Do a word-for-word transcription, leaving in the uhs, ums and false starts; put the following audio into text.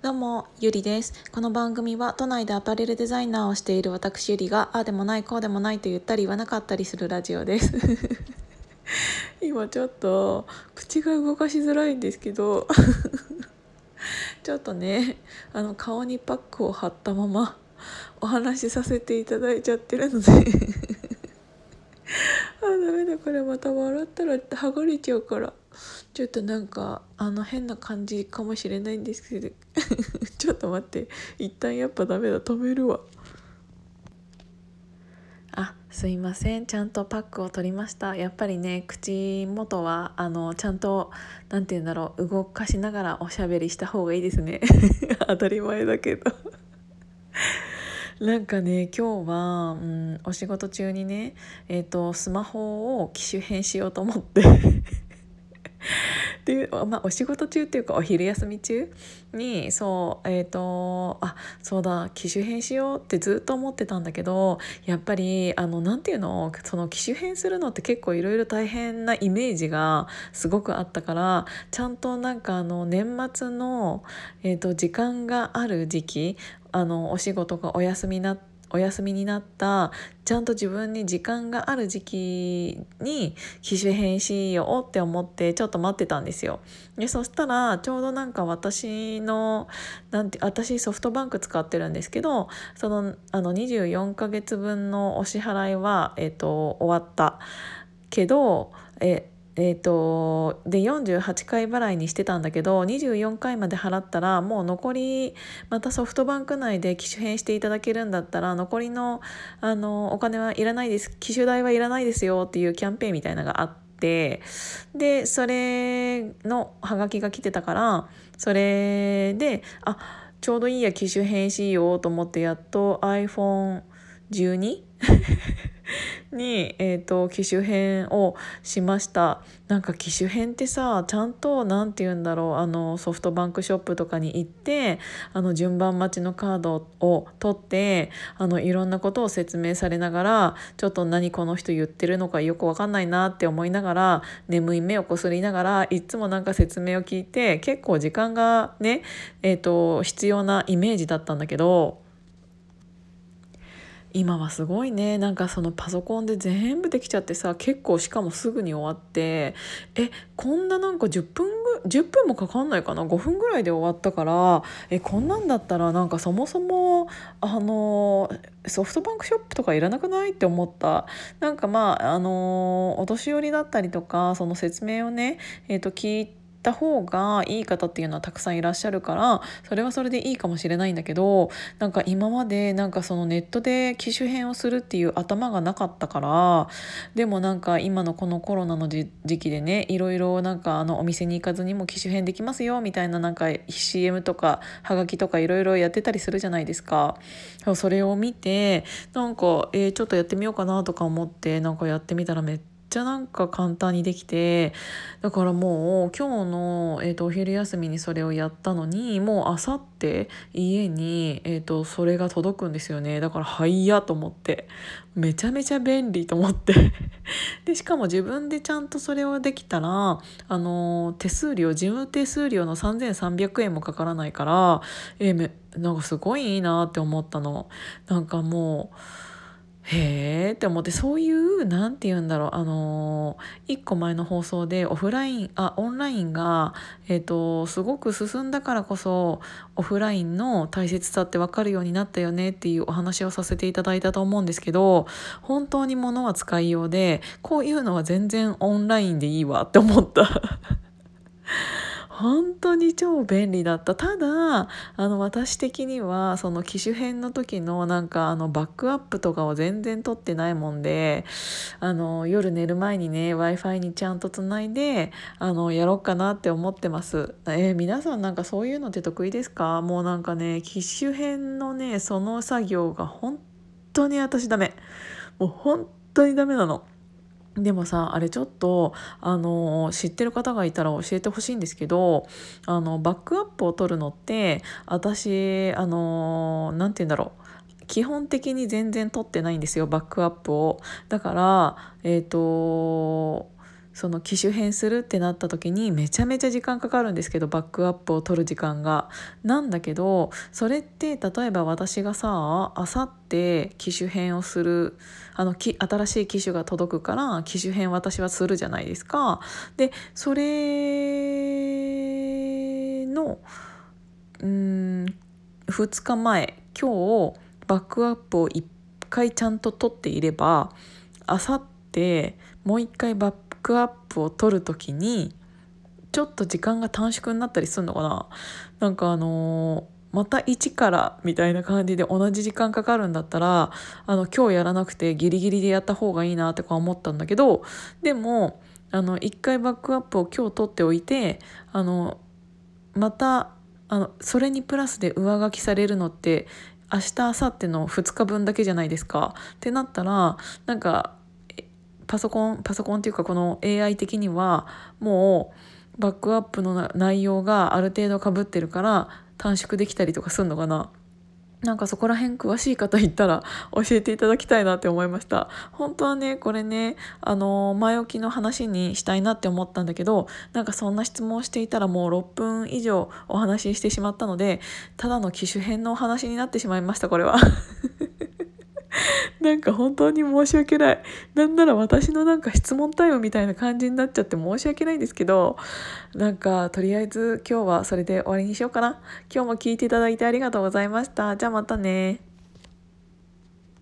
どうも、ゆりです。この番組は都内でアパレルデザイナーをしている私ゆりが、ああでもないこうでもないと言ったり言わなかったりするラジオです。今ちょっと口が動かしづらいんですけど、ちょっとね、あの顔にパックを貼ったままお話しさせていただいちゃってるのであ、ダメだ、これまた笑ったら剥がれちゃうから、ちょっとなんかあの変な感じかもしれないんですけどちょっと待って、一旦やっぱダメだ、止めるわ。あ、すいません、ちゃんとパックを取りました。やっぱりね、口元はあのちゃんとなんて言うんだろう、動かしながらおしゃべりした方がいいですね当たり前だけどなんかね、今日は、うん、お仕事中にね、えーと、スマホを機種変しようと思ってっていう、まあ、お仕事中っていうかお昼休み中にそうえっ、ー、とあそうだ、機種変しようってずっと思ってたんだけど、やっぱりあのなんていうの、その機種変するのって結構いろいろ大変なイメージがすごくあったから、ちゃんとなんかあの年末の、えーと、時間がある時期、あのお仕事がお休みなお休みになったちゃんと自分に時間がある時期に機種変しようって思ってちょっと待ってたんですよ。でそしたらちょうどなんか私のなんて私ソフトバンク使ってるんですけど、そのあのにじゅうよんかげつぶんのお支払いは、えっと、終わったけどええーと、でよんじゅうはちかい払いにしてたんだけど、にじゅうよんかいまで払ったらもう残りまたソフトバンク内で機種変していただけるんだったら残りの、あのお金はいらないです、機種代はいらないですよっていうキャンペーンみたいなのがあって、でそれのハガキが来てたから、それであちょうどいいや、機種変しようと思ってやっと アイフォンじゅうに に、えーと、機種変をしました。なんか機種変ってさ、ちゃんとなんて言うんだろう、あのソフトバンクショップとかに行ってあの順番待ちのカードを取ってあのいろんなことを説明されながら、ちょっと何この人言ってるのかよく分かんないなって思いながら、眠い目をこすりながらいつもなんか説明を聞いて、結構時間がね、えーと、必要なイメージだったんだけど、今はすごいね、なんかそのパソコンで全部できちゃってさ、結構しかもすぐに終わって、えこんななんかじゅっぷんぐじゅっぷんもかかんないかな、ごふんぐらいで終わったから、えこんなんだったらなんかそもそもあのソフトバンクショップとかいらなくないって思った。なんかまああのお年寄りだったりとか、その説明をね、えー、と聞いてた方がいい方っていうのはたくさんいらっしゃるから、それはそれでいいかもしれないんだけど、なんか今までなんかそのネットで機種変をするっていう頭がなかったから、でもなんか今のこのコロナの時期でね、いろいろなんかあのお店に行かずにも機種変できますよみたいな、なんか シーエム とかハガキとかいろいろやってたりするじゃないですか。それを見てなんか、えー、ちょっとやってみようかなとか思って、なんかやってみたらめっちゃなんか簡単にできて、だからもう今日の、えー、とお昼休みにそれをやったのに、もうあさって家に、えー、とそれが届くんですよね。だからはいやと思って、めちゃめちゃ便利と思ってでしかも自分でちゃんとそれをできたら、あの手数料事務手数料のさんぜんさんびゃくえんもかからないから、えー、めなんかすごいいいなって思ったの。なんかもうへーって思って、そういうなんて言うんだろう、あのー、いっこまえの放送でオフラインあオンラインが、えーと、すごく進んだからこそオフラインの大切さって分かるようになったよねっていうお話をさせていただいたと思うんですけど、本当に物は使いようで、こういうのは全然オンラインでいいわって思った本当に超便利だった。ただあの私的にはその機種変の時のなんかあのバックアップとかを全然取ってないもんで、あの夜寝る前にね ワイファイ にちゃんとつないであのやろうかなって思ってます。えー皆さんなんかそういうのって得意ですか？もうなんかね、機種変のねその作業が本当に私ダメ。もう本当にダメなの。でもさ、あれちょっとあの知ってる方がいたら教えてほしいんですけど、あのバックアップを取るのって私あのなんて言うんだろう、基本的に全然取ってないんですよ、バックアップを。だからえっ、とその機種変するってなった時にめちゃめちゃ時間かかるんですけど、バックアップを取る時間がなんだけど、それって例えば私がさあさって機種変をする、あのき新しい機種が届くから機種変私はするじゃないですか。でそれのうーんふつかまえ、今日バックアップをいっかいちゃんと取っていれば、あさってもういっかいバックアップを取るときにちょっと時間が短縮になったりするのかな。なんかあのーまた一からみたいな感じで同じ時間かかるんだったら、あの今日やらなくてギリギリでやった方がいいなとか思ったんだけど、でもあのいっかいバックアップを今日取っておいて、あのまたあのそれにプラスで上書きされるのって明日明後日のふつかぶんだけじゃないですか。ってなったらなんかパソコンパソコンっていうかこの エーアイ 的にはもうバックアップの内容がある程度被ってるから短縮できたりとかするのかな。なんかそこら辺詳しい方いたら教えていただきたいなって思いました。本当はねこれねあの前置きの話にしたいなって思ったんだけど、なんかそんな質問をしていたらもうろっぷん以上お話ししてしまったので、ただの機種変のお話になってしまいましたこれは。なんか本当に申し訳ない。なんなら私のなんか質問タイムみたいな感じになっちゃって申し訳ないんですけど、なんかとりあえず今日はそれで終わりにしようかな。今日も聞いていただいてありがとうございました。じゃあまたね。